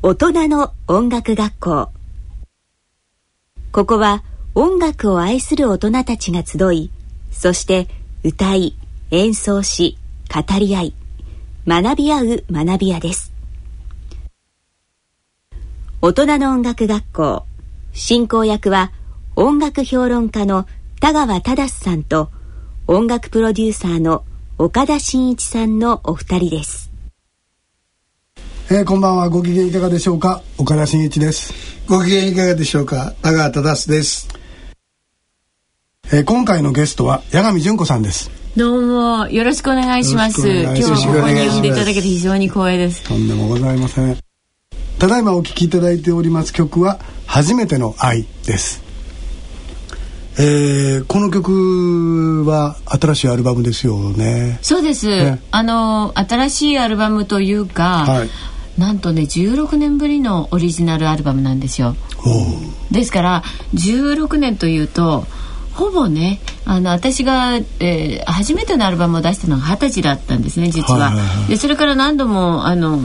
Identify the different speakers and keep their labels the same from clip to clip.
Speaker 1: 大人の音楽学校。ここは音楽を愛する大人たちが集い、そして歌い、演奏し、語り合い、学び合う学び屋です。大人の音楽学校進行役は音楽評論家の田川忠さんと音楽プロデューサーの岡田真一さんのお二人です。
Speaker 2: こんばんは。ご機嫌いかがでしょうか。岡田真一です。
Speaker 3: ご機嫌いかがでしょうか。田川忠です。
Speaker 2: 今回のゲストは八神純子さんです。
Speaker 4: どうもよろしくお願いします。今日はここに呼んでいただけて非常に光栄です。
Speaker 2: とんでもございません。ただいまお聴きいただいております曲は初めての愛です。この曲は新しいアルバムですよね。
Speaker 4: そうです、ね、新しいアルバムというか、はい、なんとね16年ぶりのオリジナルアルバムなんですよ。ですから16年というとほぼね私が、初めてのアルバムを出したのが20歳だったんですね実は、でそれから何度も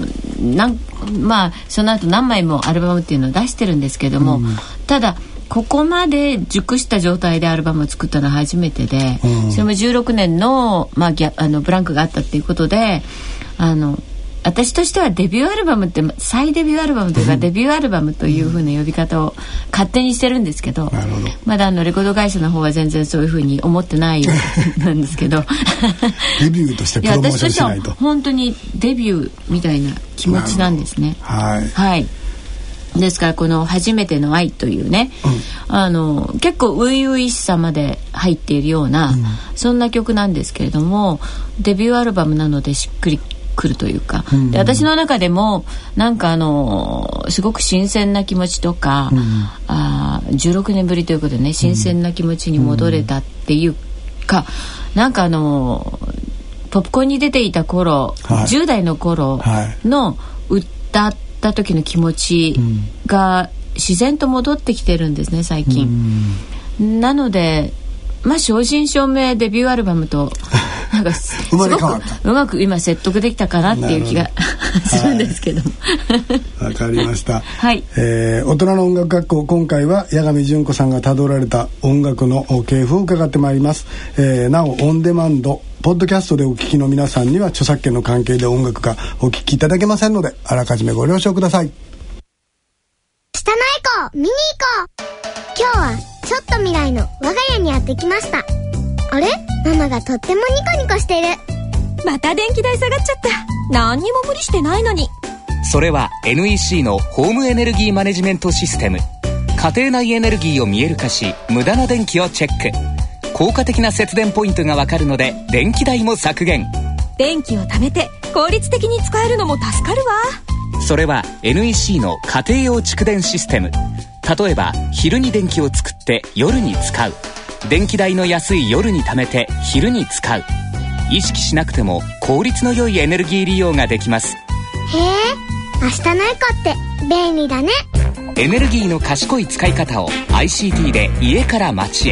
Speaker 4: その後何枚もアルバムっていうのを出してるんですけども、ただここまで熟した状態でアルバムを作ったのは初めてで、それも16年の、ブランクがあったっていうことで私としてはデビューアルバムって再デビューアルバムというか、デビューアルバムという風な呼び方を勝手にしてるんですけど、まだレコード会社の方は全然そういう風に思ってないなんですけど
Speaker 2: デビューとしてプロモーションしないと。
Speaker 4: 私としては本当にデビューみたいな気持ちなんですね。はい、ですからこの初めての愛というね、結構初々しさまで入っているような、そんな曲なんですけれども、デビューアルバムなのでしっくりくるというか、で私の中でもなんかすごく新鮮な気持ちとか、16年ぶりということでね新鮮な気持ちに戻れたっていうか、なんかポップコーンに出ていた頃、10代の頃の歌った時の気持ちが自然と戻ってきてるんですね最近。なので正真正銘デビューアルバムとなんかすごくうまく今説得できたかなっていう気がするんですけども。
Speaker 2: わかりました。
Speaker 4: はい。
Speaker 2: 大人の音楽学校、今回は八神純子さんがたどられた音楽の系譜を伺ってまいります。なおオンデマンドポッドキャストでお聞きの皆さんには著作権の関係で音楽がお聞きいただけませんので、あらかじめご了承ください。
Speaker 5: 汚い子見に行こう。今日はちょっと未来の我が家にやってきました。あれ、ママがとってもニコニコしてる。
Speaker 6: また電気代下がっちゃった。何にも無理してないのに。
Speaker 7: それは NEC のホームエネルギーマネジメントシステム。家庭内エネルギーを見える化し、無駄な電気をチェック。効果的な節電ポイントがわかるので電気代も削減。
Speaker 6: 電気を貯めて効率的に使えるのも助かるわ。
Speaker 7: それは NEC の家庭用蓄電システム。例えば昼に電気を作って夜に使う。電気代の安い夜に貯めて昼に使う。意識しなくても効率の良いエネルギー利用ができます。
Speaker 5: へえ、明日のエコって便利だね。
Speaker 7: エネルギーの賢い使い方を ICT で家から街へ。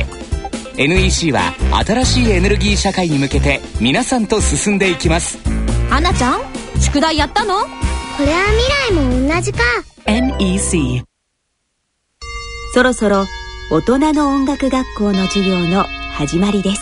Speaker 7: NEC は新しいエネルギー社会に向けて皆さんと進んでいきます。
Speaker 6: 花ちゃん、宿題やったの？
Speaker 5: これは未来も同じか。
Speaker 1: NEC。 そろそろ大人の音楽学校の授業の始まりです。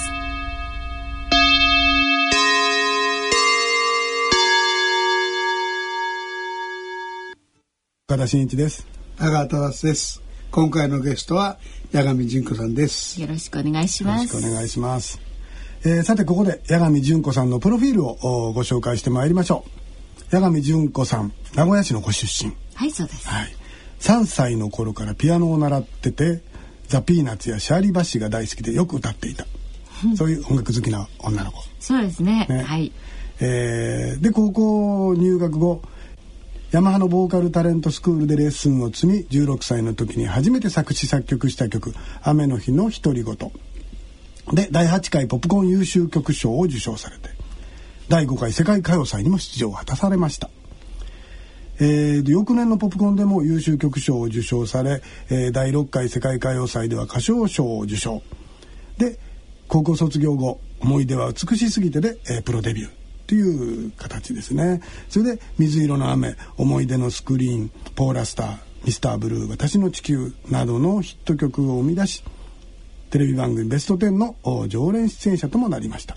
Speaker 2: 岡田真一です。
Speaker 3: 田川忠です。今回のゲストは八神純子さんです。
Speaker 4: よろしくお願いします。
Speaker 2: よろしくお願いします。さてここで八神純子さんのプロフィールをご紹介してまいりましょう。八神純子さん、名古屋市のご出身。
Speaker 4: はい、そうです。
Speaker 2: はい、3歳の頃からピアノを習ってて、ザ・ピーナッツやシャーリー・バッシーが大好きでよく歌っていたそういう音楽好きな女の子。
Speaker 4: そうですね。はい。
Speaker 2: で高校入学後、ヤマハのボーカルタレントスクールでレッスンを積み、16歳の時に初めて作詞作曲した曲「雨の日の独り言」で第8回ポップコーン優秀曲賞を受賞されて、第5回世界歌謡祭にも出場を果たされました。翌年のポップコーンでも優秀曲賞を受賞され、第6回世界歌謡祭では歌唱賞を受賞で、高校卒業後思い出は美しすぎてで、プロデビューっていう形ですね。それで水色の雨、思い出のスクリーン、ポーラスター、ミスターブルー、私の地球などのヒット曲を生み出し、テレビ番組ベスト10の常連出演者ともなりました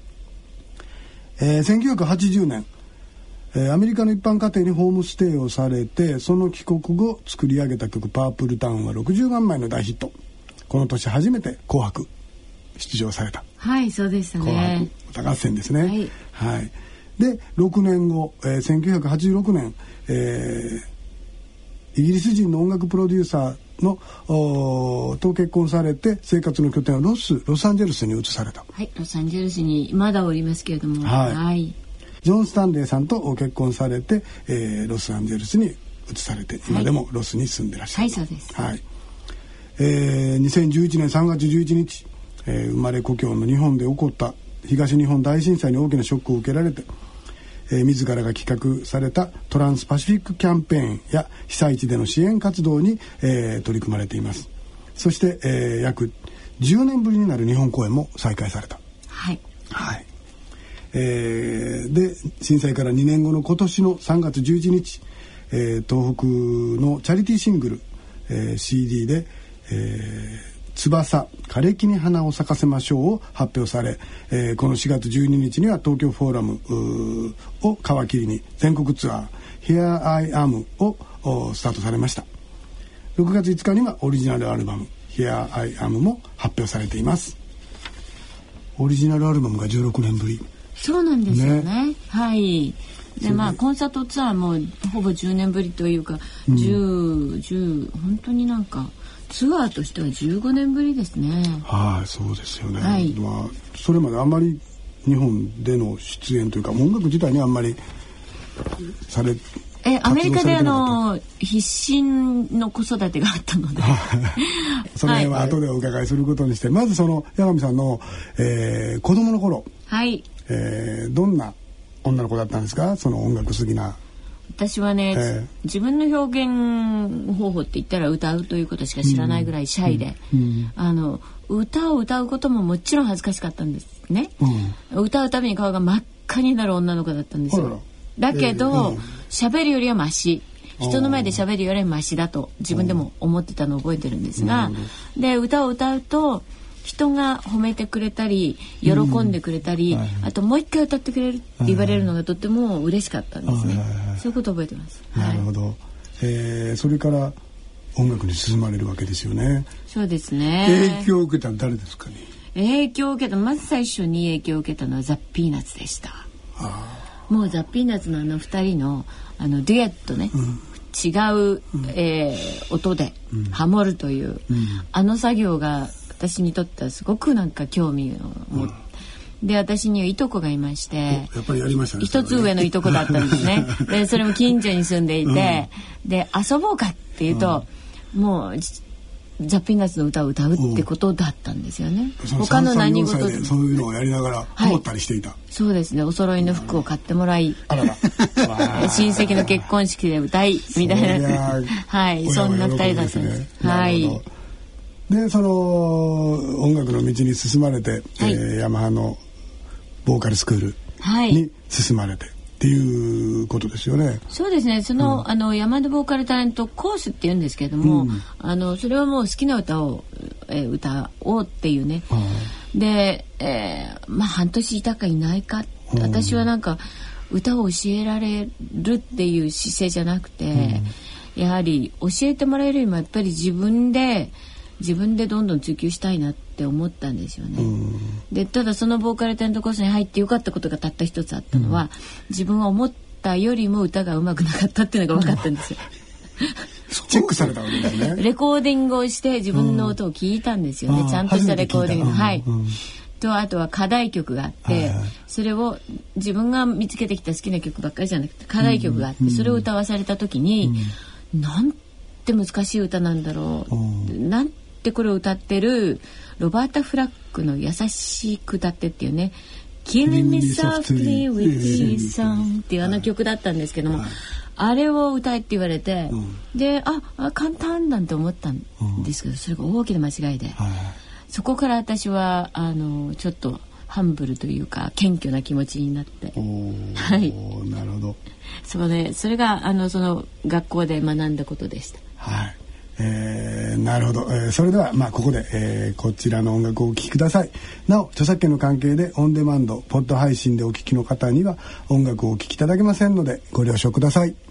Speaker 2: 。1980年、アメリカの一般家庭にホームステイをされて、その帰国後作り上げた曲パープルタウンは60万枚の大ヒット。この年初めて紅白出場された。
Speaker 4: はい、そうでしたね。
Speaker 2: 紅白歌合戦ですね。
Speaker 4: はい、
Speaker 2: はい、で6年後、1986年、イギリス人の音楽プロデューサーのと結婚されて、生活の拠点をロサンゼルスに移された。
Speaker 4: はい、ロサンゼルスにまだおりますけれども、
Speaker 2: はい
Speaker 4: はい、
Speaker 2: ジョン・スタンレーさんと結婚されて、ロサンゼルスに移されて、今でもロスに住んでらっしゃる。
Speaker 4: はい、そうです。
Speaker 2: はい、2011年3月11日、生まれ故郷の日本で起こった東日本大震災に大きなショックを受けられて、自らが企画されたトランスパシフィックキャンペーンや被災地での支援活動に、取り組まれています。そして、約10年ぶりになる日本公演も再開された。
Speaker 4: はい、
Speaker 2: はい、で震災から2年後の今年の3月11日、東北のチャリティーシングル、CD で、翼枯れ木に花を咲かせましょうを発表され、この4月12日には東京フォーラムを皮切りに全国ツアー Here I Am をスタートされました。6月5日にはオリジナルアルバム Here I Am も発表されています。オリジナルアルバムが16年ぶり。
Speaker 4: そうなんですよ ね。はい。でコンサートツアーもほぼ10年ぶりというか、10本当になんかツアーとしては15年ぶりですね。
Speaker 2: はい、そうですよね。
Speaker 4: はい、
Speaker 2: それまであんまり日本での出演というか音楽自体にあんまりされ
Speaker 4: アメリカで必死の子育てがあったので
Speaker 2: その辺は後でお伺いすることにして、まずその八神さんの、子供の頃、
Speaker 4: はい、
Speaker 2: どんな女の子だったんですか？その音楽好きな。
Speaker 4: 私はね、自分の表現方法って言ったら歌うということしか知らないぐらいシャイで、歌を歌うことももちろん恥ずかしかったんですね、歌うたびに顔が真っ赤になる女の子だったんですよ。だけど喋るよりはマシ、人の前で喋るよりはマシだと自分でも思ってたのを覚えてるんですが、で歌を歌うと人が褒めてくれたり喜んでくれたり、あともう一回歌ってくれるって言われるのがとっても嬉しかったんですね。そういうことを覚えてます。
Speaker 2: なるほど。それから音楽に進まれるわけですよね。
Speaker 4: そうですね。
Speaker 3: 影響を受けたのは誰ですかね？
Speaker 4: 影響を受けた、まず最初に影響を受けたのはザ・ピーナッツでした。もうザ・ピーナッツの2人のデュエットね、違う、音でハモるという、作業が私にとってはすごくなんか興味を持って、で私にはいとこがいまして、
Speaker 2: やっぱりやりましたね。
Speaker 4: 一つ上のいとこだったんですね。でそれも近所に住んでいて、で遊ぼうかっていうと、もうザ・ピーナッツの歌を歌うってことだったんんですよね。他の何事で
Speaker 2: そういうのをやりながら思ったりしていた、
Speaker 4: そうですね。お揃いの服を買ってもらい、親戚の結婚式で歌いみたいなはい、そんな二人だったんです。はい。
Speaker 2: でその音楽の道に進まれて、ヤマハのボーカルスクールに進まれて、っていうことですよね。
Speaker 4: そうですね。その、ヤマハボーカルタレントコースって言うんですけれども、それはもう好きな歌を、歌おうっていうね。で、半年いたかいないか、私はなんか歌を教えられるっていう姿勢じゃなくて、やはり教えてもらえるよりもやっぱり自分でどんどん追求したいなって思ったんですよね。でただそのボーカルタレントコースに入ってよかったことがたった一つあったのは、自分が思ったよりも歌が上手くなかったっていうのが分かったんですよ。
Speaker 2: チェックされたわけですね。
Speaker 4: レコーディングをして自分の音を聞いたんですよね。ちゃんとしたレコーディング、はい。とあとは課題曲があって、それを自分が見つけてきた好きな曲ばっかりじゃなくて課題曲があって、それを歌わされた時に、なんて難しい歌なんだろう、なんてこれを歌ってるロバータ・フラックの優しく歌ってっていうね、Killing Me Softly with His Song っていう曲だったんですけども、あれを歌えって言われて、で簡単なんて思ったんですけど、それが大きな間違いで、そこから私はちょっとハンブルというか謙虚な気持ちになって、はい、
Speaker 2: なるほど。
Speaker 4: それがその学校で学んだことでした。
Speaker 2: はい、なるほど、それではここで、こちらの音楽をお聴きください。なお著作権の関係でオンデマンドポッド配信でお聴きの方には音楽をお聴きいただけませんのでご了承ください。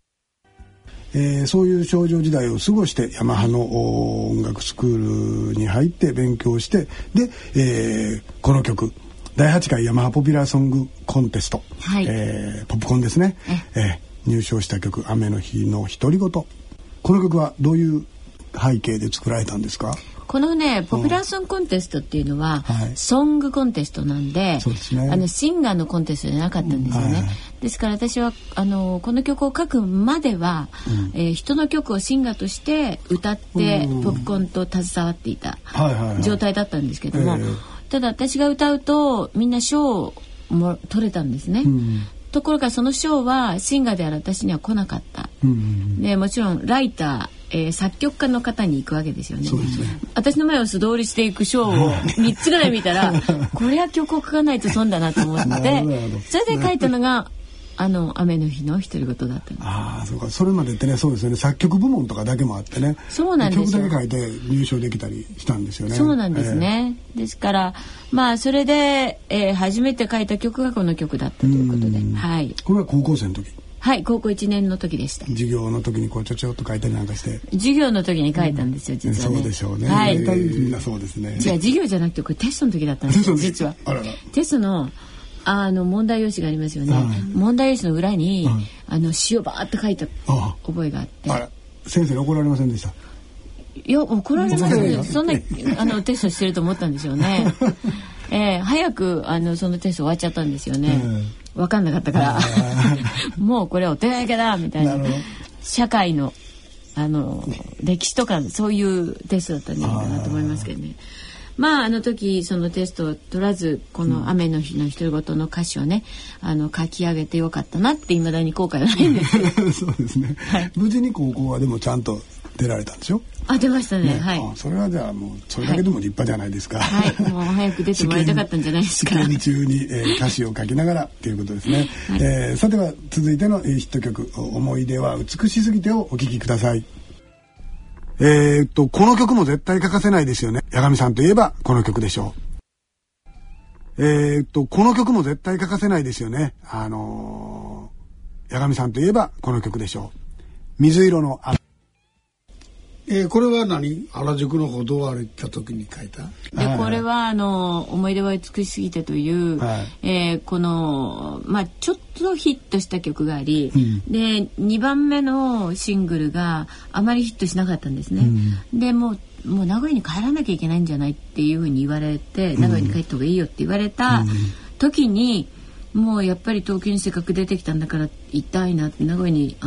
Speaker 2: そういう少女時代を過ごしてヤマハの音楽スクールに入って勉強してで、この曲第8回ヤマハポピュラーソングコンテスト、はい、ポップコーンですね、入賞した曲雨の日の独り言。この曲はどういう背景で作られたんですか？
Speaker 4: このねポピュラーソングコンテストっていうのは、ソングコンテストなんで、そうですね、シンガーのコンテストじゃなかったんですよね、ですから私はこの曲を書くまでは、人の曲をシンガーとして歌ってポップコーンと携わっていた状態だったんですけども、ただ私が歌うとみんな賞も取れたんですね、ところがその賞はシンガーである私には来なかった、でもちろんライター、作曲家の方に行くわけですよね。そうですね。私の前を素通りしていく賞を3つぐらい見たらこれは曲を書かないと損だなと思ってそれで書いたのが雨の日の独り言だったんです。
Speaker 2: そうか。それまでってね、そうですよね、作曲部門とかだけもあってね、
Speaker 4: そうなんですよ、
Speaker 2: 曲だけ書いて入賞できたりしたんですよね。
Speaker 4: そうなんですね、ですからそれで、初めて書いた曲がこの曲だったということで、はい、こ
Speaker 2: れは高校生の時？
Speaker 4: はい、高校1年の時でした。
Speaker 2: 授業の時にちょっと書いたりなんかして。
Speaker 4: 授業の時に書いたんですよ、実はね。
Speaker 2: そうでしょうね、
Speaker 4: はい、
Speaker 2: みんなそうですね。
Speaker 4: 違う、授業じゃなくてこれテストの時だったんですよ実は。あらら。テストの問題用紙がありますよね、問題用紙の裏に、詩をバーッと書いた覚えがあって、
Speaker 2: 先生に怒られませんでした？
Speaker 4: いや、怒られませんね。そんなテストしてると思ったんですよね早くそのテスト終わっちゃったんですよね、分かんなかったからもうこれはお手上げだみたいな、社会の歴史とかそういうテストだったんじゃないかなと思いますけどね。時そのテストを取らずこの雨の日の独り言の歌詞をね書き上げてよかったなって未だに後悔はないんですけど
Speaker 2: そうですね、はい、無事に高校はでもちゃんと出られたんでしょ？
Speaker 4: 出ましたね、はい。
Speaker 2: それはじゃあもうそれだけでも立派じゃないですか。
Speaker 4: はい、もう早く出てもらいたかったんじゃないですか。
Speaker 2: 試験中に、歌詞を書きながらっていうことですね、はい。さては続いてのヒット曲思い出は美しすぎてをお聴きください。この曲も絶対欠かせないですよね。八神さんといえばこの曲でしょう。この曲も絶対欠かせないですよね。八神さんといえばこの曲でしょう。水色の
Speaker 3: これは原宿の歩道を歩いた時に書いた。
Speaker 4: でこれは思い出は美しすぎてという、このちょっとヒットした曲があり、で2番目のシングルがあまりヒットしなかったんですね、でもう名古屋に帰らなきゃいけないんじゃないっていうふうに言われて、名古屋に帰った方がいいよって言われた時に、もうやっぱり東京にせっかく出てきたんだから行きたいなって、名古屋に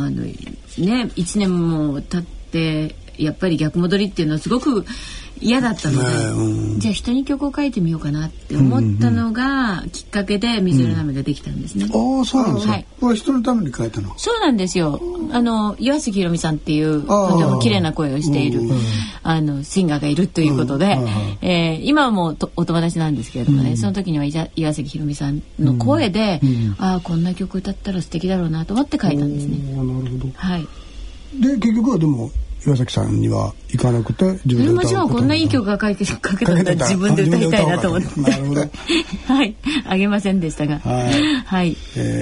Speaker 4: 1年も経ってやっぱり逆戻りっていうのはすごく嫌だったので、じゃあ人に曲を書いてみようかなって思ったのがきっかけで水色の雨ができたんですね。
Speaker 2: そうなんですか。
Speaker 3: これ人のために書いたの？
Speaker 4: そうなんですよ。岩崎宏美さんっていうとても綺麗な声をしているシンガーがいるということで、今はもうお友達なんですけれどもね、その時には岩崎宏美さんの声で、こんな曲歌ったら素敵だろうなと思って書いたんですね。
Speaker 2: なるほど。
Speaker 4: はい。
Speaker 2: で結局はでも岩崎さんには行かなくて自分で歌うことになった。もちろんこんないい曲が書けたら自分で歌いたいなと思ってなるほどはいあげませんでしたが、はい、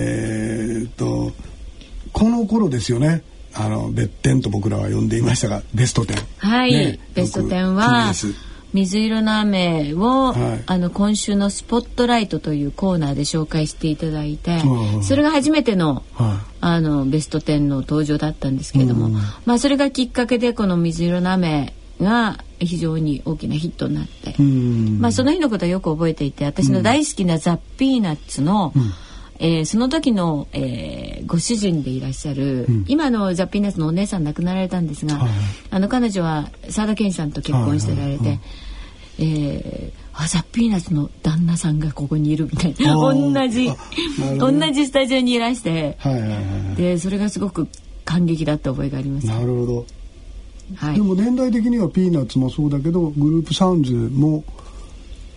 Speaker 2: この頃ですよね、別点と僕らは呼んでいましたがベスト10、
Speaker 4: はい、ベスト10は水色の雨を、今週のスポットライトというコーナーで紹介していただいて、それが初めての、ベスト10の登場だったんですけれども、それがきっかけでこの水色の雨が非常に大きなヒットになって、その日のことはよく覚えていて、私の大好きなザ・ピーナッツの、その時の、ご主人でいらっしゃる、今のザ・ピーナッツのお姉さん亡くなられたんですが、彼女は澤田研二さんと結婚してられて、ザ・ピーナッツの旦那さんがここにいるみたいな、同じスタジオにいらして、でそれがすごく感激だった覚えがあります。
Speaker 2: なるほど、でも年代的にはピーナッツもそうだけどグループサウンズも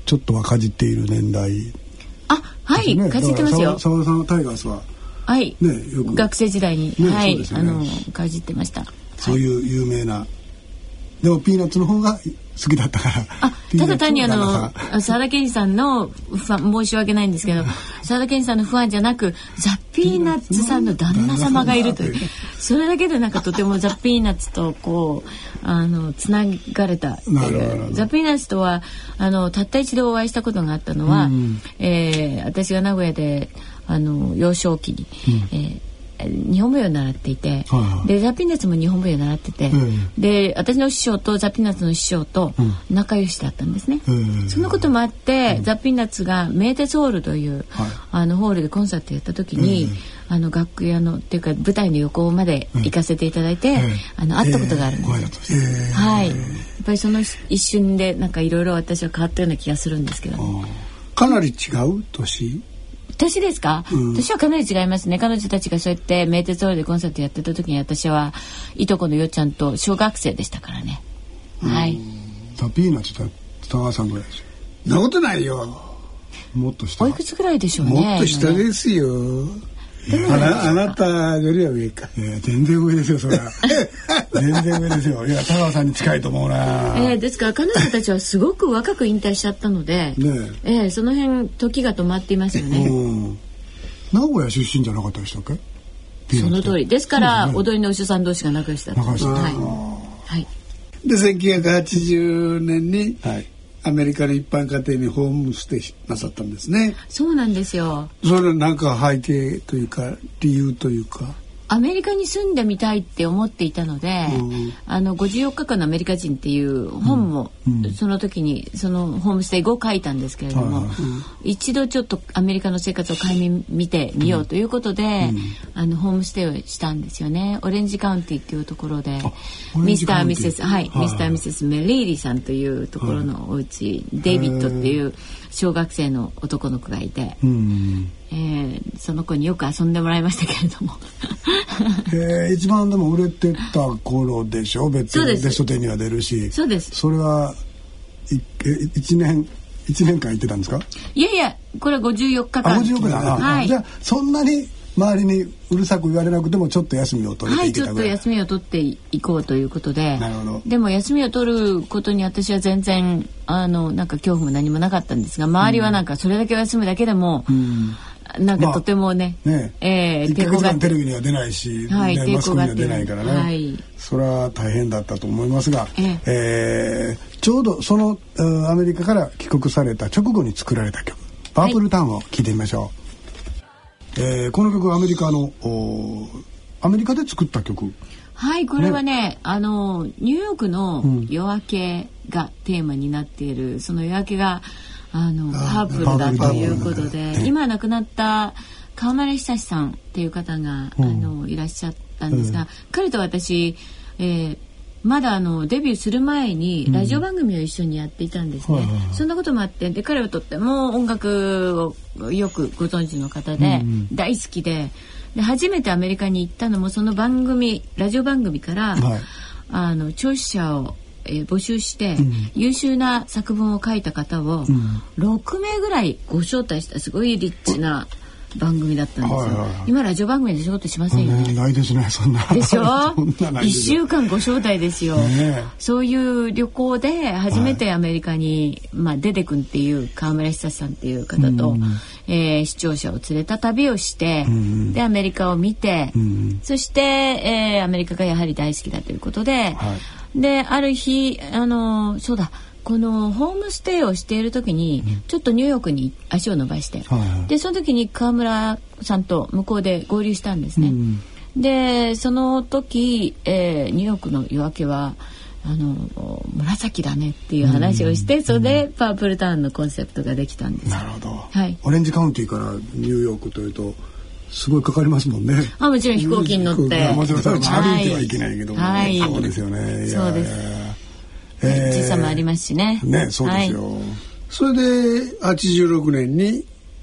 Speaker 2: ちょっとはかじっている年代、
Speaker 4: あ、はい、かじってますよ。
Speaker 2: 澤田さんのタイガースは
Speaker 4: はい、
Speaker 2: ね、よく
Speaker 4: 学生時代に、
Speaker 2: ね、
Speaker 4: はい、
Speaker 2: ね、
Speaker 4: かじってました。
Speaker 2: そういう有名な、でもピーナッツの方が好きだったから。
Speaker 4: ただ単に沢田研二さんの申し訳ないんですけど、沢田研二さんのファンじゃなくザ・ピーナッツさんの旦那様がいるという、それだけでなんかとてもザ・ピーナッツとこうつながれたっていう。ザ・ピーナッツとはたった一度お会いしたことがあったのは、私が名古屋で幼少期に、日本舞踊を習っていて、でザ・ピーナッツも日本舞踊を習ってて、で私の師匠とザ・ピーナッツの師匠と仲良しだったんですね。そのこともあって、ザ・ピーナッツが名鉄ホールという、ホールでコンサートやった時に、楽屋のっていうか舞台の横まで行かせていただいて、会ったことがあるんですよ。はい、やっぱりその一瞬でなんかいろいろ私は変わったような気がするんですけど、
Speaker 3: かなり違う
Speaker 4: 年ですか？年はかなり違いますね。彼女たちがそうやって名鉄ホールでコンサートやってた時に、私はいとこのよっちゃんと小学生でしたからね。はい。
Speaker 2: ザ・ピーナッツって田川さんぐらいですよ。
Speaker 3: そんなことないよ。
Speaker 2: もっと下。
Speaker 4: おいくつぐらいでしょうね。
Speaker 3: もっと下ですよ。あなたよりは上か。
Speaker 2: 全然上ですよ、それは。全然上ですよ。いや、田川さんに近いと思うな。
Speaker 4: ですから彼女たちはすごく若く引退しちゃったので、その辺時が止まっていますよね。
Speaker 2: 名古屋出身じゃなかったでしたっけ？
Speaker 4: その通りですから、踊りのお師さん同士が仲良しだったんです。はい。
Speaker 3: で1980年に、アメリカの一般家庭にホームステイなさったんですね。
Speaker 4: そうなんですよ。
Speaker 3: それはなんか背景というか理由というか、
Speaker 4: アメリカに住んでみたいって思っていたので、54日間のアメリカ人っていう本も、その時にそのホームステイ後書いたんですけれども、一度ちょっとアメリカの生活を見てみようということで、ホームステイをしたんですよね。オレンジカウンティっていうところでミスターミセスメリーリーさんというところのお家、デイビッドっていう小学生の男の子がいて、その子によく遊んでもらいましたけれども
Speaker 2: 一番でも売れてた頃でしょ。別にベスト10には出るし。
Speaker 4: そうです。
Speaker 2: それは1年間行ってたんですか？
Speaker 4: いやいや、これは54日間。
Speaker 2: 54日間。はい。じゃあそんなに周りにうるさく言われなくてもちょっと休みを取っていけたぐらい。
Speaker 4: ちょっと休みを取っていこうということで。
Speaker 2: なるほど。
Speaker 4: でも休みを取ることに私は全然なんか恐怖も何もなかったんですが、周りはなんかそれだけ休むだけでも、なんかとてもね、
Speaker 2: 1ヶ月間テレビには出ないし、マスコミには出ないからね、それは大変だったと思いますが、ちょうどそのアメリカから帰国された直後に作られた曲「パープルタウン」を聴いてみましょう。この曲はアメリカで作った曲。
Speaker 4: はい、これはね、ニューヨークの夜明けがテーマになっている、その夜明けがパープルだということで、今亡くなった川村久さんっていう方が、いらっしゃったんですが、彼と私、まだデビューする前にラジオ番組を一緒にやっていたんですね。そんなこともあって、で彼はとっても音楽をよくご存知の方で、大好きで、初めてアメリカに行ったのもそのラジオ番組から、聴取者を募集して、優秀な作文を書いた方を6名ぐらいご招待した、すごいリッチな番組だったんですよ。今ラジオ番組で仕事しませんよね。
Speaker 2: ないですね、そんな。
Speaker 4: でしょ1週間ご招待ですよ、そういう旅行で初めてアメリカに、デデ君っていう川村久さんっていう方と、視聴者を連れた旅をして、でアメリカを見て、そして、アメリカがやはり大好きだということで、である日そうだ、このホームステイをしている時に、ちょっとニューヨークに足を伸ばして、でその時に川村さんと向こうで合流したんですね。でその時、ニューヨークの夜明けは紫だねっていう話をして、それでパープルタウンのコンセプトができたんです。
Speaker 2: なるほど、オレンジカウンティからニューヨークというとすごいかかりますもんね。
Speaker 4: もちろん飛行機に乗って、
Speaker 2: もちろん歩いてはいけないけども、そうですよね。
Speaker 4: そうです。時差もありますしね。
Speaker 2: そうですよ。
Speaker 3: それで86年に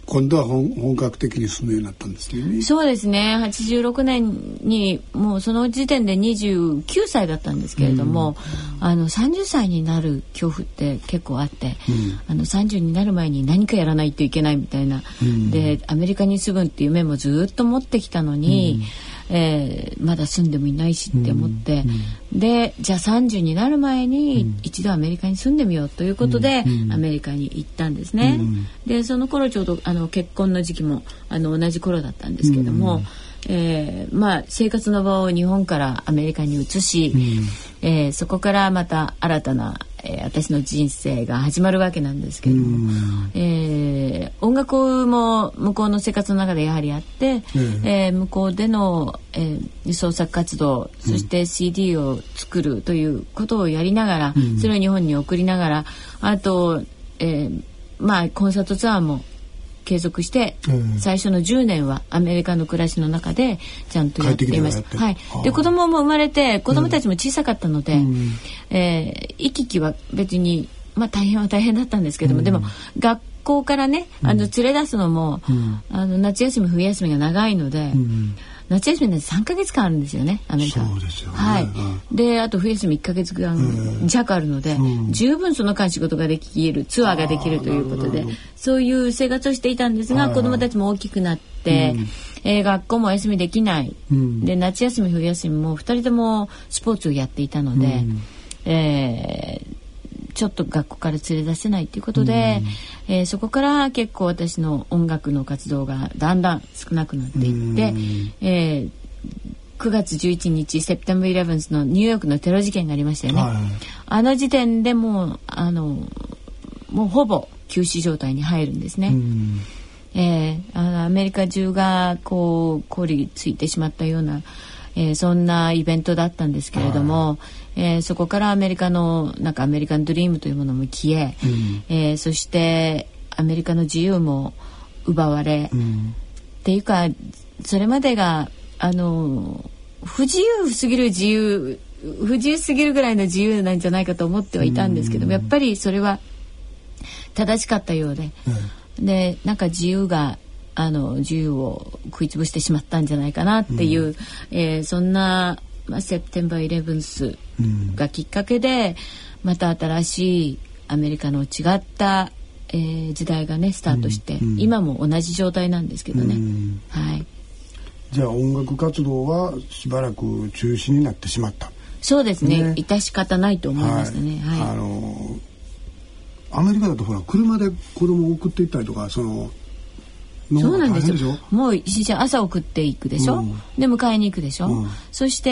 Speaker 3: 今度は本格的に進むようになったんですね。
Speaker 4: そうですね。86年にもうその時点で29歳だったんですけれども、30歳になる恐怖って結構あって、30になる前に何かやらないといけないみたいな、でアメリカに住むっていう夢もずっと持ってきたのに、まだ住んでもいないしって思って、でじゃあ30になる前に一度アメリカに住んでみようということで、アメリカに行ったんですね。でその頃ちょうど結婚の時期も同じ頃だったんですけども、生活の場を日本からアメリカに移し、そこからまた新たな、私の人生が始まるわけなんですけども、音楽も向こうの生活の中でやはりあって、向こうでの、創作活動、そして CD を作るということをやりながら、それを日本に送りながら、あと、コンサートツアーも継続して、最初の10年はアメリカの暮らしの中でちゃんとやっていました。はい。で子供も生まれて、子供たちも小さかったので、行き来は別に大変は大変だったんですけども、でも学校からね連れ出すのも、夏休み冬休みが長いので、夏休みで3ヶ月間あるんですよね、アメリカ。
Speaker 3: そうですよね。
Speaker 4: はい。であと冬休み1ヶ月間弱あるので、十分その間仕事ができる、ツアーができるということで、そういう生活をしていたんですが、子供たちも大きくなって、学校もお休みできない、で夏休み冬休みも2人ともスポーツをやっていたので、ちょっと学校から連れ出せないということで、そこから結構私の音楽の活動がだんだん少なくなっていって、9月11日セプテンバー11のニューヨークのテロ事件がありましたよね。あの時点でもうほぼ休止状態に入るんですね。アメリカ中が凍りついてしまったような、そんなイベントだったんですけれども、そこからアメリカのアメリカンドリームというものも消え、そしてアメリカの自由も奪われ、っていうかそれまでが不自由すぎるぐらいの自由なんじゃないかと思ってはいたんですけども、やっぱりそれは正しかったようで、で自由を食いつぶしてしまったんじゃないかなっていう、そんな、セプテンバー11がきっかけで、また新しいアメリカの違った、時代がねスタートして、今も同じ状態なんですけどね。はい。
Speaker 2: じゃあ音楽活動はしばらく中止になってしまった。
Speaker 4: そうですね。致し方ないと思いましたね。
Speaker 2: アメリカだとほら車で子供を送っていったりとか
Speaker 4: そうなんですよ。もう朝送っていくでしょ、で迎えに行くでしょ、そして、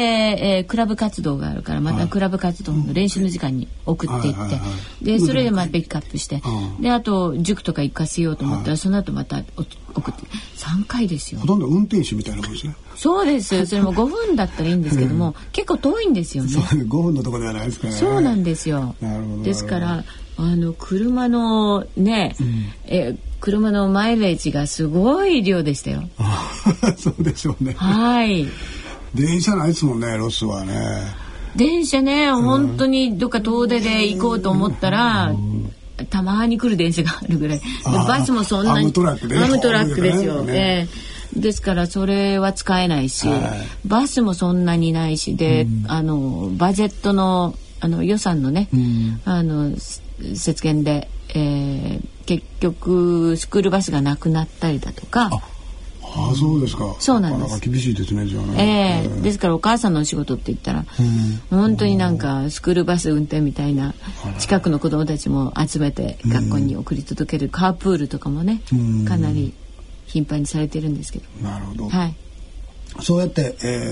Speaker 4: クラブ活動があるからまたクラブ活動の練習の時間に送っていって、でそれでピックアップして、であと塾とか行かせようと思ったら、その後また送って3回ですよ。
Speaker 2: ほとんど運転手みたいなもんですね。
Speaker 4: そうです。それも5分だったらいいんですけども、結構遠いんですよね。
Speaker 2: 5分のところではないですからね。
Speaker 4: そうなんですよ。ですから車のね、車のマイレージがすごい量でしたよ。
Speaker 2: そうでしょうね。
Speaker 4: はい。
Speaker 2: 電車ないですもんね、ロスはね。
Speaker 4: 電車ね、本当にどっか遠出で行こうと思ったら、たまに来る電車があるぐらい。バスもそんなに。アムトラックですよ。ですからそれは使えないし、バスもそんなにないしで、バジェットの予算のね、節減で、結局スクールバスがなくなったりだとか。
Speaker 2: そうですか。
Speaker 4: そうなんです。
Speaker 2: なかなか厳しいですね、じゃあね。
Speaker 4: ですからお母さんのお仕事って言ったら、本当にスクールバス運転みたいな、近くの子どもたちも集めて学校に送り届けるカープールとかもね、かなり頻繁にされてるんですけど。
Speaker 2: なるほど。
Speaker 4: はい。
Speaker 2: そうやって、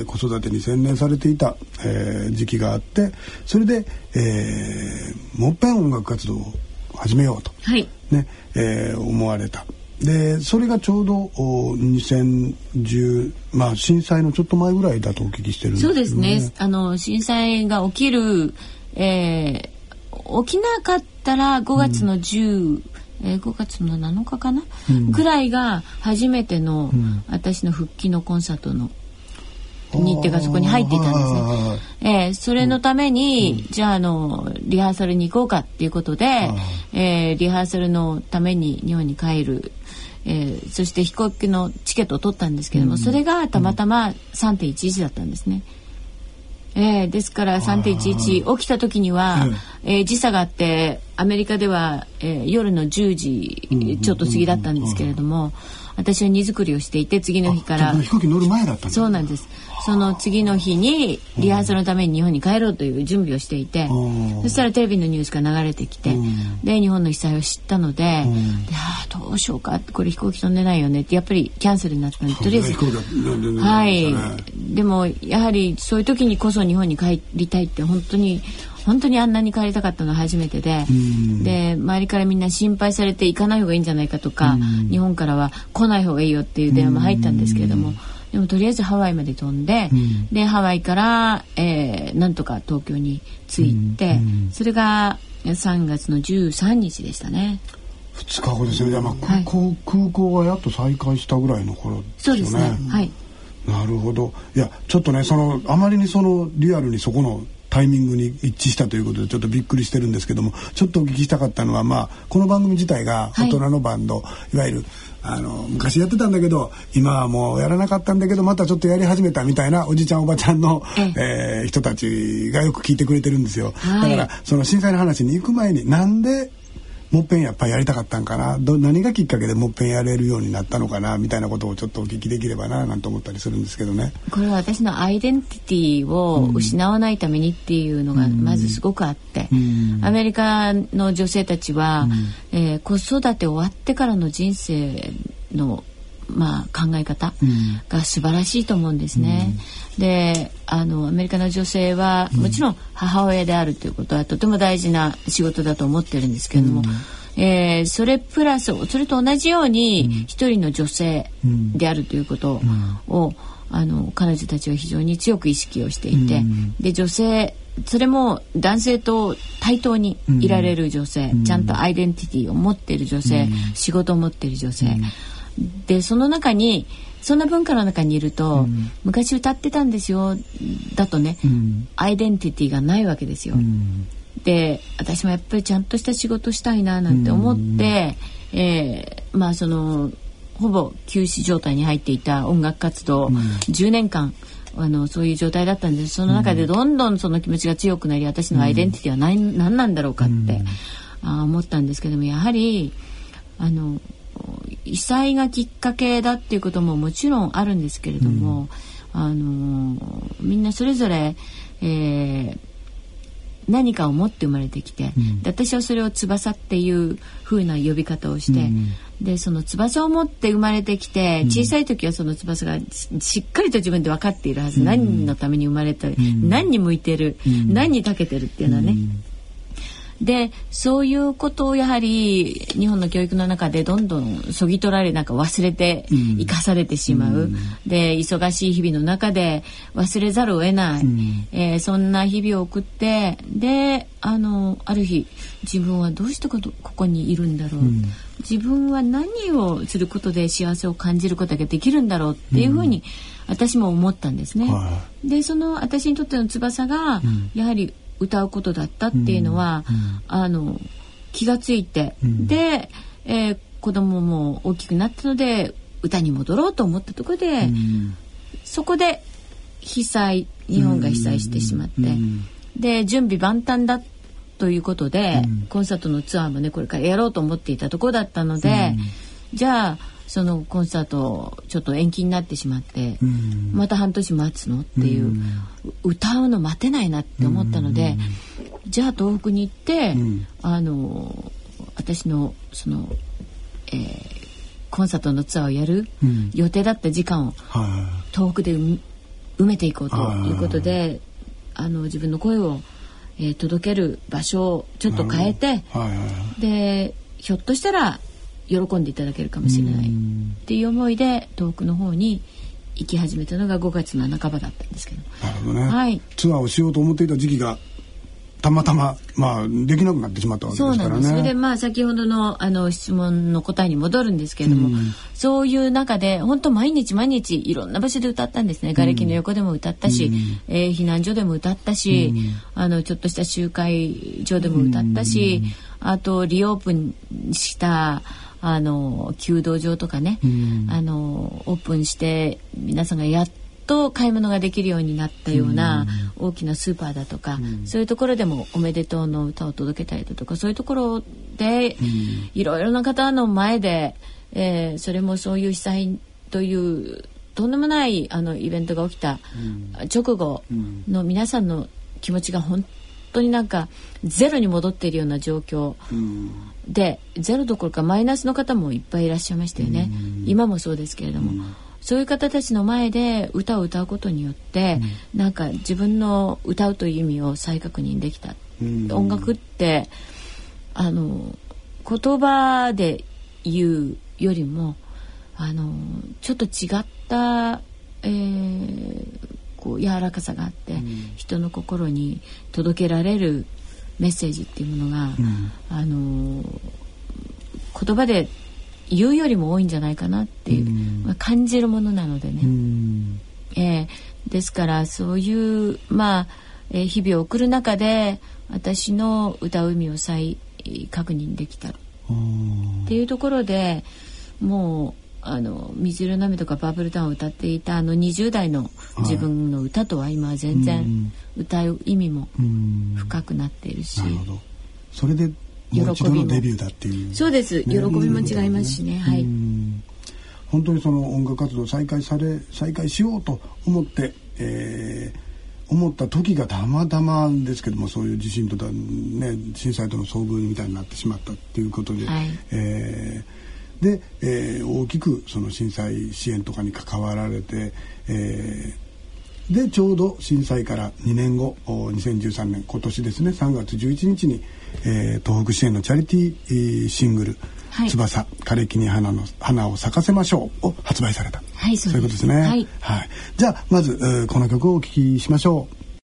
Speaker 2: 子育てに専念されていた、時期があって、それで、もっぺん音楽活動を始めようと、思われた。でそれがちょうど2010、震災のちょっと前ぐらいだとお聞きしてるんですけどね。
Speaker 4: そうですね。震災が起きる、起きなかったら5月の5月の7日かな、くらいが初めての、私の復帰のコンサートの日程がそこに入っていたんですね。それのために、じゃあリハーサルに行こうかっていうことで、リハーサルのために日本に帰る、 そして飛行機のチケットを取ったんですけども、それがたまたま 3.11 だったんですね。ですから 3.11 起きた時には、時差があってアメリカでは、夜の10時ちょっと過ぎだったんですけれども、私は荷造りをしていて、次の日から
Speaker 2: 飛行機乗る前だったんですか？
Speaker 4: そうなんです。その次の日にリハーサルのために日本に帰ろうという準備をしていて、そしたらテレビのニュースが流れてきて、で日本の被災を知ったので、どうしようか、これ飛行機飛んでないよねってやっぱりキャンセルになったので、とりあえずはい、でもやはりそういう時にこそ日本に帰りたいって、本当にあんなに帰りたかったのは初めてで、で周りからみんな心配されて行かない方がいいんじゃないかとか、日本からは来ない方がいいよっていう電話も入ったんですけれども、でもとりあえずハワイまで飛んで、でハワイから、なんとか東京に着いて、それが3月の13日でしたね。
Speaker 2: 2日後ですよ。じゃあ、空港がやっと再開したぐらいの頃ですよね。
Speaker 4: そうですね。はい。
Speaker 2: なるほど。いやちょっとね、あまりにリアルにそこのタイミングに一致したということでちょっとびっくりしてるんですけども、ちょっとお聞きしたかったのは、この番組自体が大人のバンド、いわゆる昔やってたんだけど今はもうやらなかったんだけどまたちょっとやり始めたみたいなおじちゃんおばちゃんの、人たちがよく聞いてくれてるんですよ。だからその震災の話に行く前に、なんでもっぺんやっぱりやりたかったんかな、何がきっかけでもっぺんやれるようになったのかなみたいなことをちょっとお聞きできればななんて思ったりするんですけどね。
Speaker 4: これは私のアイデンティティを失わないためにっていうのがまずすごくあって、アメリカの女性たちは、子育て終わってからの人生の考え方が素晴らしいと思うんですね。でアメリカの女性はもちろん母親であるということはとても大事な仕事だと思ってるんですけれども、それプラスそれと同じように一人の女性であるということを、彼女たちは非常に強く意識をしていて、で女性、それも男性と対等にいられる女性、ちゃんとアイデンティティを持っている女性、仕事を持っている女性、でその中にそんな文化の中にいると、昔歌ってたんですよだとね、アイデンティティがないわけですよ。で私もやっぱりちゃんとした仕事したいななんて思って、ほぼ休止状態に入っていた音楽活動、10年間そういう状態だったんです。その中でどんどんその気持ちが強くなり、私のアイデンティティは何なんだろうかって思ったんですけども、やはり被災がきっかけだっていうことももちろんあるんですけれども、みんなそれぞれ、何かを持って生まれてきて、で私はそれを翼っていう風な呼び方をして、でその翼を持って生まれてきて、小さい時はその翼がしっかりと自分で分かっているはず、何のために生まれた、何に向いてる、何に長けてるっていうのはね、でそういうことをやはり日本の教育の中でどんどんそぎ取られ、忘れて生かされてしまう、で忙しい日々の中で忘れざるを得ない、そんな日々を送って、である日自分はどうしてここにいるんだろう、自分は何をすることで幸せを感じることができるんだろうっていうふうに私も思ったんですね。でその私にとっての翼がやはり歌うことだったっていうのは、気がついて、で、子供も大きくなったので歌に戻ろうと思ったところで、そこで日本が被災してしまって、で準備万端だということで、コンサートのツアーもねこれからやろうと思っていたところだったので、じゃあそのコンサートちょっと延期になってしまって、また半年待つのっていう、歌うの待てないなって思ったので、じゃあ東北に行って、私のその、コンサートのツアーをやる予定だった時間を東北で埋めていこうということで、自分の声を、届ける場所をちょっと変えて、でひょっとしたら喜んでいただけるかもしれないっていう思いで東北の方に行き始めたのが5月の半ばだったんですけど。
Speaker 2: なるほどね、ツアーをしようと思っていた時期がたまたま、できなくなってしまったわけですからね。そうなんです。
Speaker 4: それで先ほどの質問の答えに戻るんですけれども、そういう中で本当毎日いろんな場所で歌ったんですね。瓦礫の横でも歌ったし、避難所でも歌ったし、ちょっとした集会所でも歌ったし、あとリオープンした弓道場とかね、オープンして皆さんがやっと買い物ができるようになったような大きなスーパーだとか、そういうところでもおめでとうの歌を届けたりだとか、そういうところでいろいろな方の前で、それもそういう被災というとんでもないイベントが起きた直後の皆さんの気持ちが本当になんかゼロに戻っているような状況で、ゼロどころかマイナスの方もいっぱいいらっしゃいましたよね。今もそうですけれども、そういう方たちの前で歌を歌うことによって、なんか自分の歌うという意味を再確認できた。音楽って言葉で言うよりもちょっと違った、こう柔らかさがあって、人の心に届けられるメッセージっていうものが、言葉で言うよりも多いんじゃないかなっていう、感じるものなのでね、ですからそういう、日々を送る中で私の歌う意味を再確認できたっていうところで、もう水色の雨とかバブルタウンを歌っていた20代の自分の歌とは今は全然歌う意味も深くなっているし、
Speaker 2: なるほど。それでもう一度のデビューだっていう。
Speaker 4: そうです、喜びも違いますしね、はい。
Speaker 2: 本当にその音楽活動を再開しようと思って、思った時がたまたまですけども、そういう地震とか、ね、震災との遭遇みたいになってしまったっていうことで、で、大きくその震災支援とかに関わられて、でちょうど震災から2年後2013年今年ですね、3月11日に、東北支援のチャリティーシングル「翼枯れ木に花を咲かせましょう」を発売された、そういうことですね。はい、じゃあまずこの曲をお聴きしましょ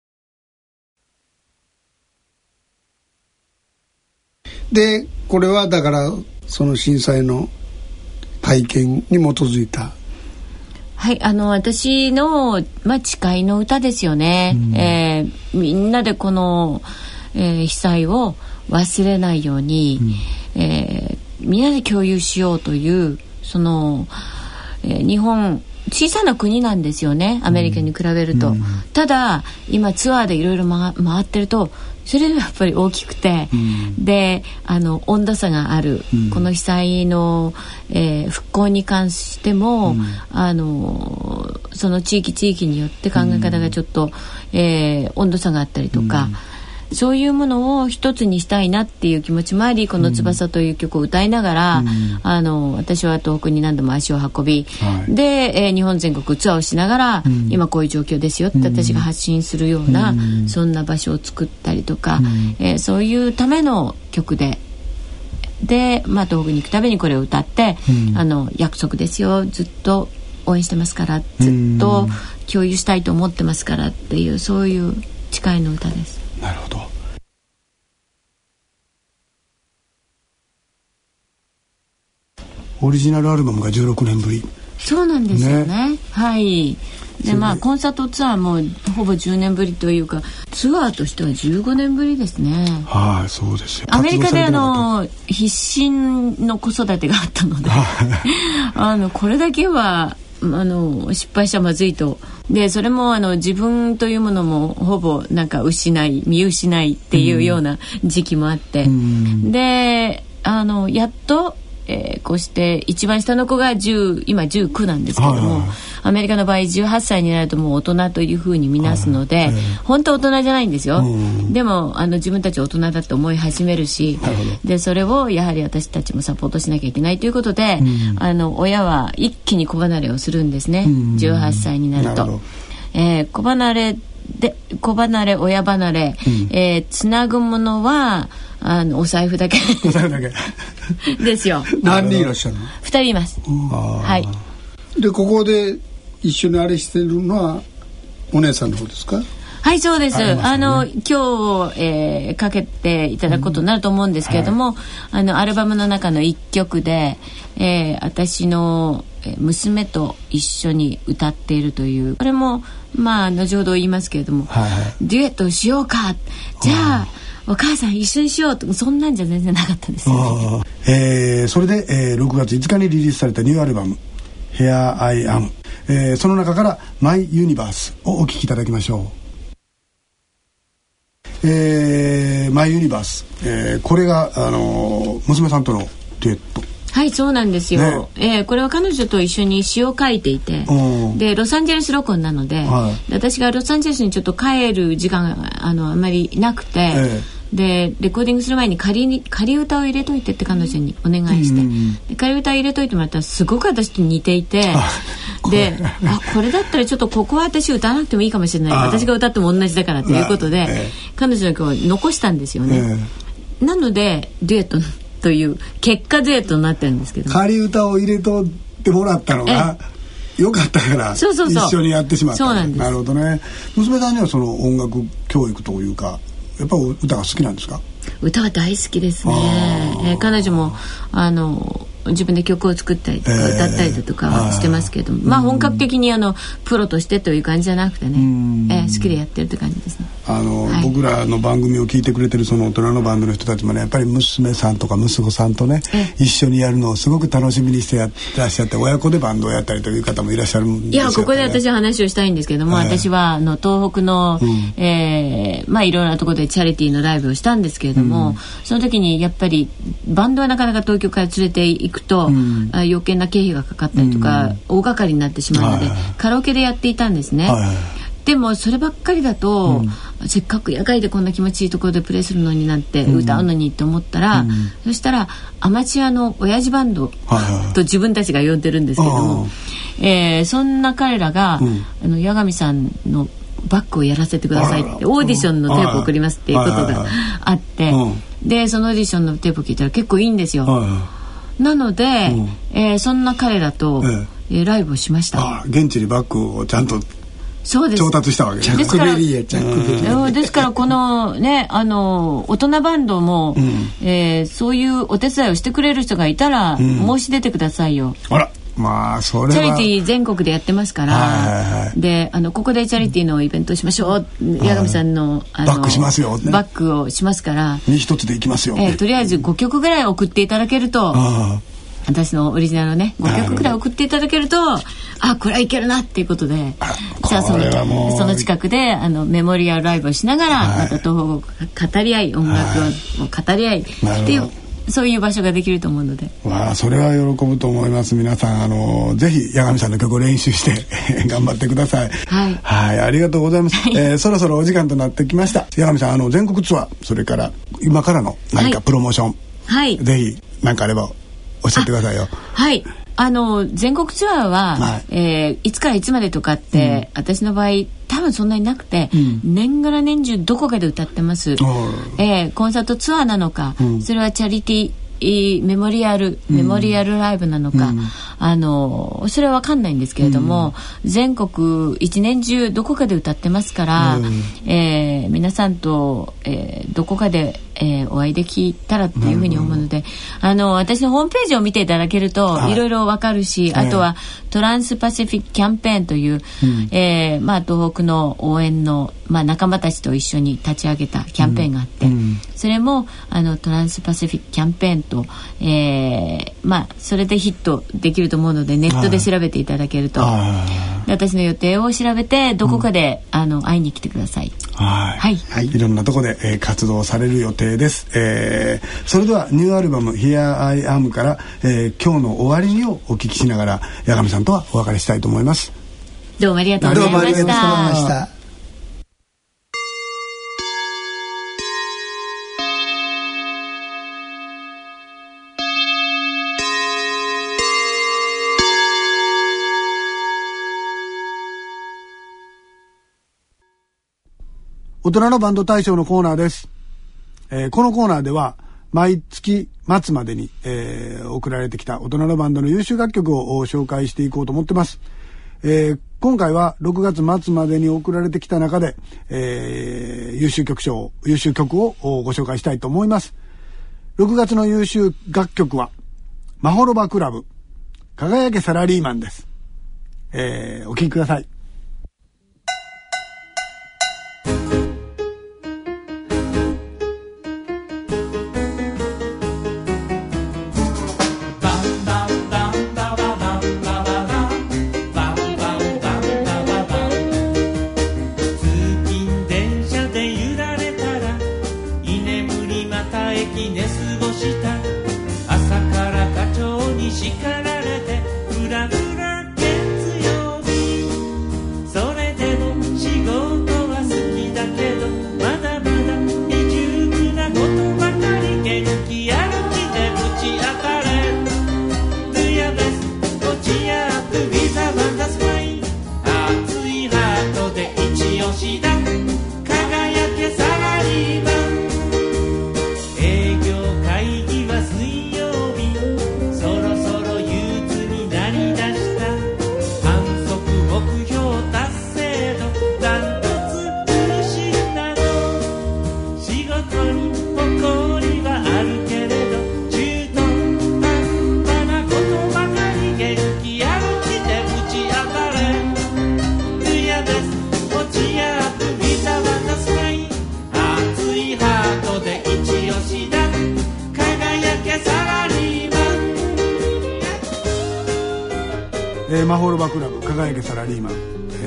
Speaker 3: う。でこれはだからその震災の体験に基づいた、
Speaker 4: はい、私の、誓いの歌ですよね。みんなでこの、被災を忘れないように、みんなで共有しようというその、日本小さな国なんですよね、アメリカに比べると。ただ今ツアーでいろいろ回ってるとそれがやっぱり大きくて、で温度差がある、この被災の、復興に関しても、その地域によって考え方がちょっと、温度差があったりとか、そういうものを一つにしたいなっていう気持ちもあり、この翼という曲を歌いながら、私は東北に何度も足を運び、で、日本全国ツアーをしながら、今こういう状況ですよって私が発信するような、そんな場所を作ったりとか、そういうための曲で、東北に行くたびにこれを歌って、約束ですよ、ずっと応援してますから、ずっと共有したいと思ってますからっていう、そういう誓いの歌です。
Speaker 2: なるほど。オリジナルアルバムが16年ぶり。
Speaker 4: そうなんですよね。はい。でコンサートツアーもほぼ10年ぶりというか、ツアーとしては15年ぶりですね。
Speaker 2: はい、そうですよ。
Speaker 4: アメリカで必死の子育てがあったのでこれだけは失敗しちゃまずいと。でそれも自分というものもほぼなんか見失いっていうような時期もあって、でやっと、こうして一番下の子が今19なんですけども、アメリカの場合18歳になるともう大人というふうに見なすので、本当は大人じゃないんですよ。でも自分たち大人だと思い始めるし、でそれをやはり私たちもサポートしなきゃいけないということで、親は一気に子離れをするんですね、18歳になると。子離れ親離れ、つなぐものはお財布だけですよ。
Speaker 3: 何人いらっしゃるの？
Speaker 4: 2人います。はい。
Speaker 3: でここで一緒にあれしてるのはお姉さんの方ですか？
Speaker 4: はい、そうです。今日、かけていただくことになると思うんですけれども、アルバムの中の一曲で、私の娘と一緒に歌っているという、これも後ほど言いますけれども、デュエットしようか、じゃあお母さん一緒にしようとそんなんじゃ全然なかったですよ、
Speaker 2: それで、6月5日にリリースされたニューアルバム Here I Am、その中からマイユニバースをお聴きいただきましょう。マイユニバース、これが娘さんとのデュエット。
Speaker 4: はい、そうなんですよ、ね。これは彼女と一緒に詩を書いていて、でロサンゼルス録音なので、で私がロサンゼルスにちょっと帰る時間があんまりなくて、でレコーディングする前に仮歌を入れといてって彼女にお願いして、で仮歌を入れといてもらったらすごく私と似ていてでこれだったらちょっとここは私歌わなくてもいいかもしれない、私が歌っても同じだからということで、彼女の曲を残したんですよね、なのでデュエットという結果デュエットになってるんですけど、
Speaker 2: 仮歌を入れとってもらったのがよかったから一緒にやってしまった。
Speaker 4: そうなんです。
Speaker 2: なるほどね。娘さんにはその音楽教育というかやっぱり歌が好きなんですか？
Speaker 4: 歌は大好きですね。彼女も自分で曲を作ったりとか歌ったりだとかしてますけど、まあ本格的にプロとしてという感じじゃなくてね、好きでやってるって感じですね。
Speaker 2: 僕らの番組を聞いてくれてるその大人のバンドの人たちもね、やっぱり娘さんとか息子さんとね一緒にやるのをすごく楽しみにしてやってらっしゃって、親子でバンドをやったりという方もいらっしゃるんですよね。
Speaker 4: いやここで私は話をしたいんですけども、私は東北の、まあいろんなところでチャリティーのライブをしたんですけれども、その時にやっぱりバンドはなかなか東京から連れて行くと、余計な経費がかかったりとか、大掛かりになってしまうので、カラオケでやっていたんですね、でもそればっかりだと、せっかく野外でこんな気持ちいいところでプレイするのになんて、歌うのにと思ったら、そしたらアマチュアの親父バンドと自分たちが呼んでるんですけども、そんな彼らが、八神さんのバックをやらせてくださいってオーディションのテープを送りますっていうことがあって、でそのオーディションのテープを聞いたら結構いいんですよ。なので、そんな彼らと、ライブをしました。
Speaker 2: 現地にバッグをちゃんと
Speaker 4: そうです
Speaker 2: 調達したわけ
Speaker 4: ですから、ですからこのね大人バンドも、そういうお手伝いをしてくれる人がいたら、申し出てくださいよ。
Speaker 2: あらまあそれは
Speaker 4: チャリティー全国でやってますから、でここでチャリティーのイベントをしましょう、八神さんの
Speaker 2: バックしますよ、
Speaker 4: バックをしますから
Speaker 2: 身一つでいきますよ、
Speaker 4: とりあえず5曲ぐらい送っていただけると、私のオリジナルのね5曲くらい送っていただけると、これはいけるなっていうことで、じゃあその近くでメモリアルライブをしながら、また東北を語り合い、音楽を語り合いっていう、そういう場所ができると思うので、
Speaker 2: それは喜ぶと思います。皆さんぜひ八神さんの曲を練習して頑張ってください。はい、ありがとうございます、そろそろお時間となってきました。八神さん全国ツアー、それから今からの何かプロモーション、ぜひ何かあればおっしゃってくださいよ。
Speaker 4: 全国ツアーは、いつからいつまでとかって、私の場合多分そんなになくて、年がら年中どこかで歌ってます。コンサートツアーなのか、それはチャリティーメモリアルライブなのか、それは分かんないんですけれども、全国一年中どこかで歌ってますから、皆さんと、どこかで、お会いできたらっていうふうに思うので、私のホームページを見ていただけるといろいろ分かるし、あとはトランスパシフィックキャンペーンという、東北の応援の、仲間たちと一緒に立ち上げたキャンペーンがあって、それもトランスパシフィックキャンペーンと、それでヒットできると思うので、ネットで調べていただけると、私の予定を調べてどこかで、会いに来てください。
Speaker 2: いろんなところで、活動される予定です。それではニューアルバム Here I Am から、今日の終わりにをお聞きしながら八神さんとはお別れしたいと思います。
Speaker 4: どうもありがとうございました。
Speaker 2: 大人のバンド大賞のコーナーです。このコーナーでは毎月末までに、送られてきた大人のバンドの優秀楽曲を紹介していこうと思ってます。今回は6月末までに送られてきた中で、優秀曲をご紹介したいと思います。6月の優秀楽曲はマホロバクラブ輝けサラリーマンです。お聴きください。
Speaker 8: 叱られてフラフラ月曜日、それでも仕事は好きだけどまだまだ未熟なことばかり、元気やる気でぶち当たれる。 Do your best こちやアップ With a wonder smile、 熱いハートで一押しだ輝けサラリーマン。営業会議は水曜日、そろそろ憂鬱になりだした。反則目標達成度ダントツ苦しんだの。仕事に誇りはあるけれど中途半端なことばかり、元気やる気でぶち当たれ。嫌です落ちやアップビザワンダスマイ、熱いハートで一押しだ輝けサラリーマン。
Speaker 2: マホロバクラブ輝けサラリーマン、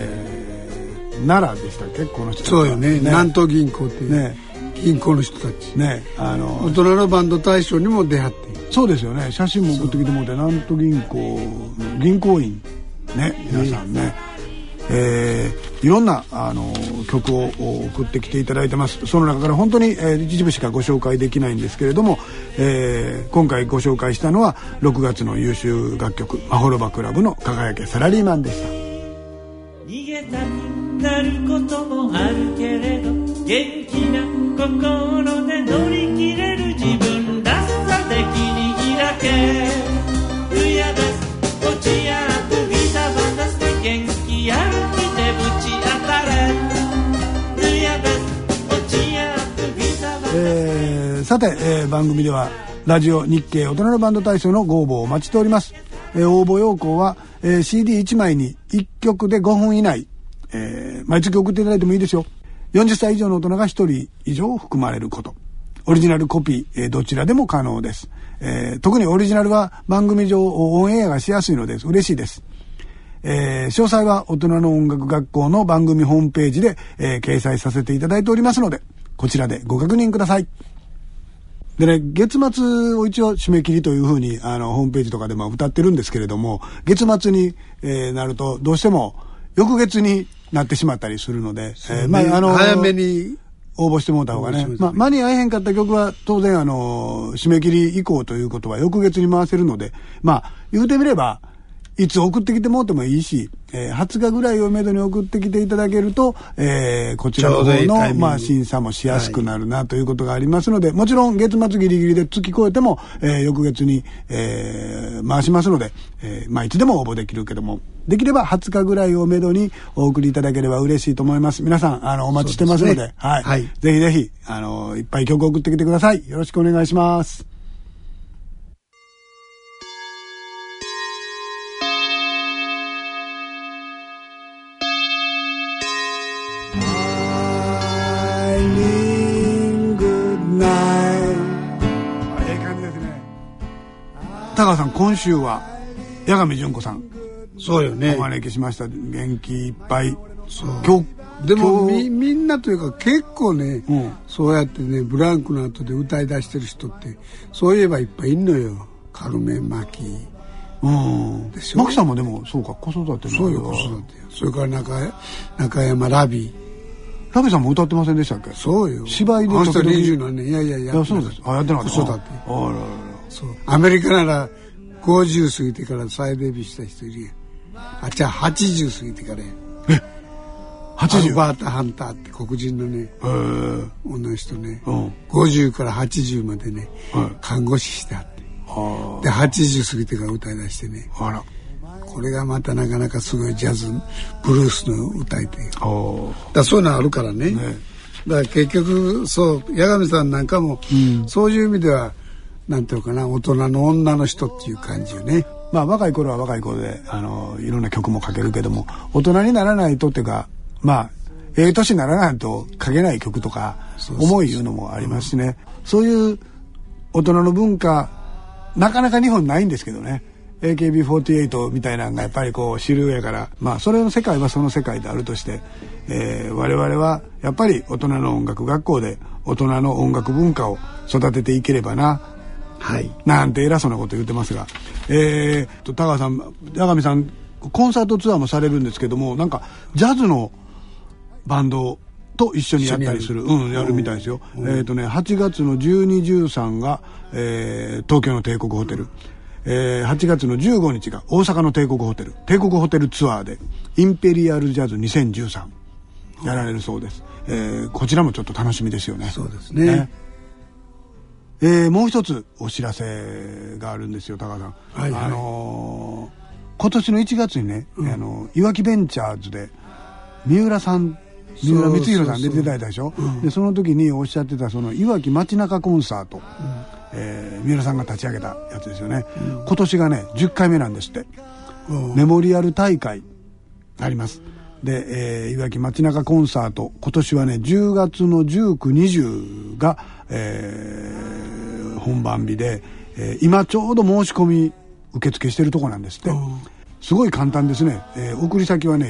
Speaker 2: 奈良でしたっけこの人。
Speaker 3: そうよね、南東銀行っていう、ね、銀行の人たちね、大人のバンド大賞にも出会っている。
Speaker 2: そうですよね、写真も送ってきてもらって、南東銀行の銀行員ね、皆さんね、いろんな曲を送ってきていただいてます。その中から本当に、一部しかご紹介できないんですけれども、今回ご紹介したのは6月の優秀楽曲マホロバクラブの輝けサラリーマンでした。
Speaker 8: 逃げたくなることもあるけれど元気な心で乗り切れる自分らしさで切り開け。うやです落ちやアップビザバンダスで元気やる気でぶち当たれ。うやです落ちやアップビザバンダス
Speaker 2: さて、番組ではラジオ日経大人のバンド大賞のご応募をお待ちしております。応募要項は、CD1 枚に1曲で5分以内、毎月送っていただいてもいいですよ。40歳以上の大人が1人以上含まれること、オリジナルコピー、どちらでも可能です。特にオリジナルは番組上オンエアがしやすいので嬉しいです。詳細は大人の音楽学校の番組ホームページで、掲載させていただいておりますので、こちらでご確認ください。でね、月末を一応締め切りというふうにホームページとかでも歌ってるんですけれども、月末に、なるとどうしても翌月になってしまったりするので、
Speaker 3: 早めに
Speaker 2: 応募してもらった方がね、間に合えへんかった曲は当然締め切り以降ということは翌月に回せるので、言うてみればいつ送ってきてもらってもいいし、20日ぐらいをめどに送ってきていただけると、こちらの方の審査もしやすくなるなということがありますので、もちろん月末ギリギリで月超えても、翌月に、回しますので、いつでも応募できるけども、できれば20日ぐらいをめどにお送りいただければ嬉しいと思います。皆さんお待ちしてますので、ぜひぜひいっぱい曲を送ってきてください。よろしくお願いします。高川さん、今週は八神純子さん、
Speaker 3: そうよね、
Speaker 2: お招きしました。元気いっぱい。
Speaker 3: 今日でもみんなというか結構ね、そうやってねブランクの後で歌い出してる人ってそういえばいっぱいいんのよ。カルメン・マキでしょ。
Speaker 2: マキさんもでもそうか、子育ての。
Speaker 3: そうよ、子育てよ。それから中山ラビ
Speaker 2: さんも歌ってませんでしたっけ。
Speaker 3: そうよ、
Speaker 2: 芝居で
Speaker 3: あの人20何年いや
Speaker 2: そうです。やってなかった。
Speaker 3: 子育て。そうアメリカなら50過ぎてから再デビューした人いるやん。じゃあ80過ぎてからやん。アルバータ・ハンターって黒人のね女の人ね、50から80までね、看護師してあって、で80過ぎてから歌い出してね、これがまたなかなかすごいジャズブルースの歌い手だ、そういうのあるからね。だから結局そう八神さんなんかも、そういう意味ではなんていうかな、大人の女の人っていう感じよね。
Speaker 2: 若い頃は若い頃でいろんな曲も書けるけども、大人にならないとっていうか、年にならないと書けない曲とか思いいうのもありますしね。そういう大人の文化なかなか日本ないんですけどね。AKB48 みたいなのがやっぱりこう主流やから、それの世界はその世界であるとして、我々はやっぱり大人の音楽学校で大人の音楽文化を育てていければな
Speaker 3: はい、
Speaker 2: なんて偉そうなこと言ってますが、高川さん、八神さんコンサートツアーもされるんですけども、なんかジャズのバンドと一緒にやったりする、やるみたいですよ。8月の12、13が、東京の帝国ホテル、8月の15日が大阪の帝国ホテルツアーでインペリアルジャズ2013やられるそうです。こちらもちょっと楽しみですよね。
Speaker 3: そうですね。
Speaker 2: もう一つお知らせがあるんですよ、高田さん。今年の1月にね、いわきベンチャーズで三浦光弘さん出ていただいたでしょ。でその時におっしゃってたそのいわき街中コンサート、三浦さんが立ち上げたやつですよね。今年がね10回目なんですって。メモリアル大会あります。で、いわき街中コンサート、今年はね10月の19、20が、本番日で、今ちょうど申し込み受付してるとこなんですって。すごい簡単ですね。送り先はね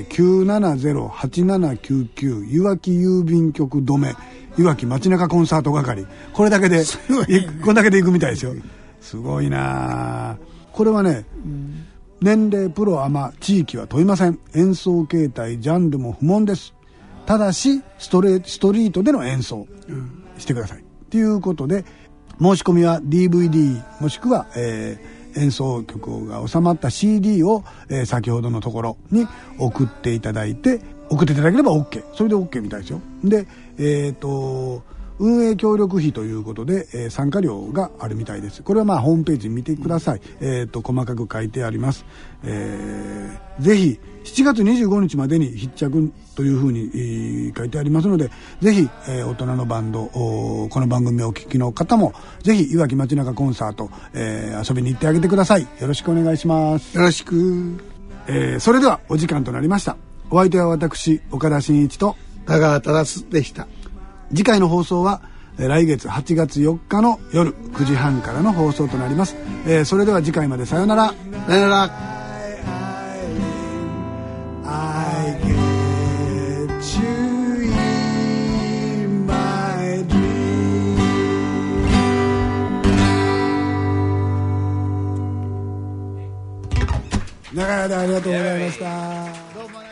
Speaker 2: 970-8799 いわき郵便局止めいわき街中コンサート係、これだけでこれだけで行くみたいですよ。すごいな。これはね、年齢プロアマ地域は問いません。演奏形態ジャンルも不問です。ただしストリートでの演奏してくださいということで、申し込みは DVD もしくは、演奏曲が収まった CD を、先ほどのところに送っていただければ OK、 それで OK みたいですよ。で運営協力費ということで、参加料があるみたいです。これはまあホームページ見てください。細かく書いてあります。ぜひ7月25日までに必着というふうに、書いてありますので、ぜひ、大人のバンドこの番組をお聞きの方もぜひいわき街中コンサート、遊びに行ってあげてください。よろしくお願いします。
Speaker 3: よろしく。
Speaker 2: それではお時間となりました。お相手は私岡田真一と
Speaker 3: 田川忠でした。
Speaker 2: 次回の放送は来月8月4日の夜9時半からの放送となります。それでは次回までさよなら。
Speaker 3: さよなら。
Speaker 2: I get you in my dream。 長い間ありがとうございました。